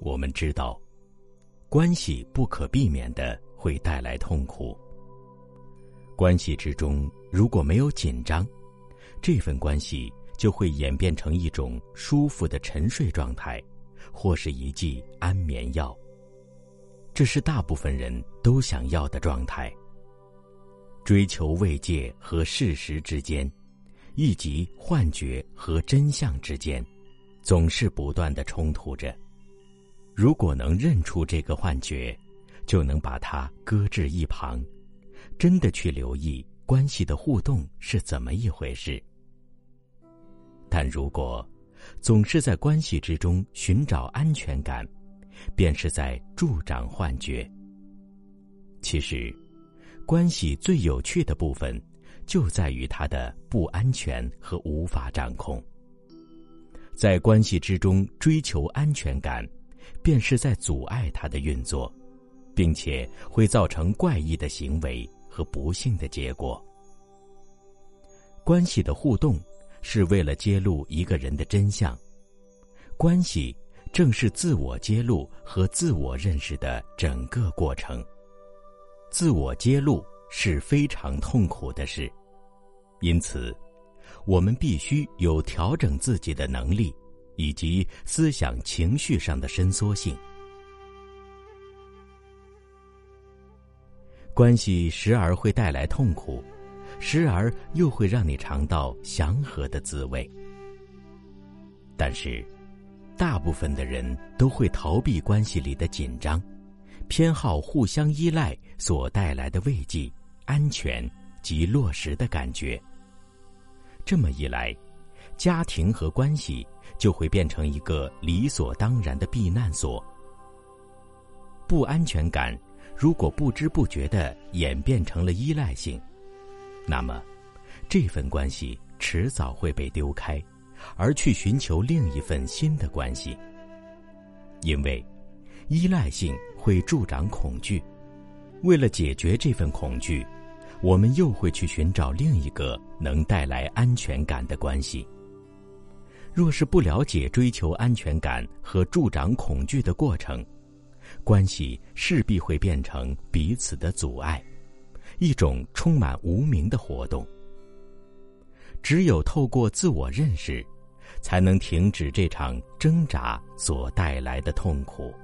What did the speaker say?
我们知道，关系不可避免地会带来痛苦。关系之中如果没有紧张，这份关系就会演变成一种舒服的沉睡状态，或是一剂安眠药。这是大部分人都想要的状态。追求慰藉和事实之间，以及幻觉和真相之间，总是不断地冲突着。如果能认出这个幻觉，就能把它搁置一旁，真的去留意关系的互动是怎么一回事。但如果总是在关系之中寻找安全感，便是在助长幻觉。其实，关系最有趣的部分就在于它的不安全和无法掌控。在关系之中追求安全感，便是在阻碍它的运作，并且会造成怪异的行为和不幸的结果。关系的互动是为了揭露一个人的真相，关系正是自我揭露和自我认识的整个过程。自我揭露是非常痛苦的事，因此我们必须有调整自己的能力，以及思想情绪上的伸缩性。关系时而会带来痛苦，时而又会让你尝到祥和的滋味。但是大部分的人都会逃避关系里的紧张，偏好互相依赖所带来的慰藉、安全及落实的感觉。这么一来，家庭和关系就会变成一个理所当然的避难所。不安全感如果不知不觉地演变成了依赖性，那么这份关系迟早会被丢开，而去寻求另一份新的关系。因为依赖性会助长恐惧，为了解决这份恐惧，我们又会去寻找另一个能带来安全感的关系。若是不了解追求安全感和助长恐惧的过程，关系势必会变成彼此的阻碍，一种充满无明的活动。只有透过自我认识，才能停止这场挣扎所带来的痛苦。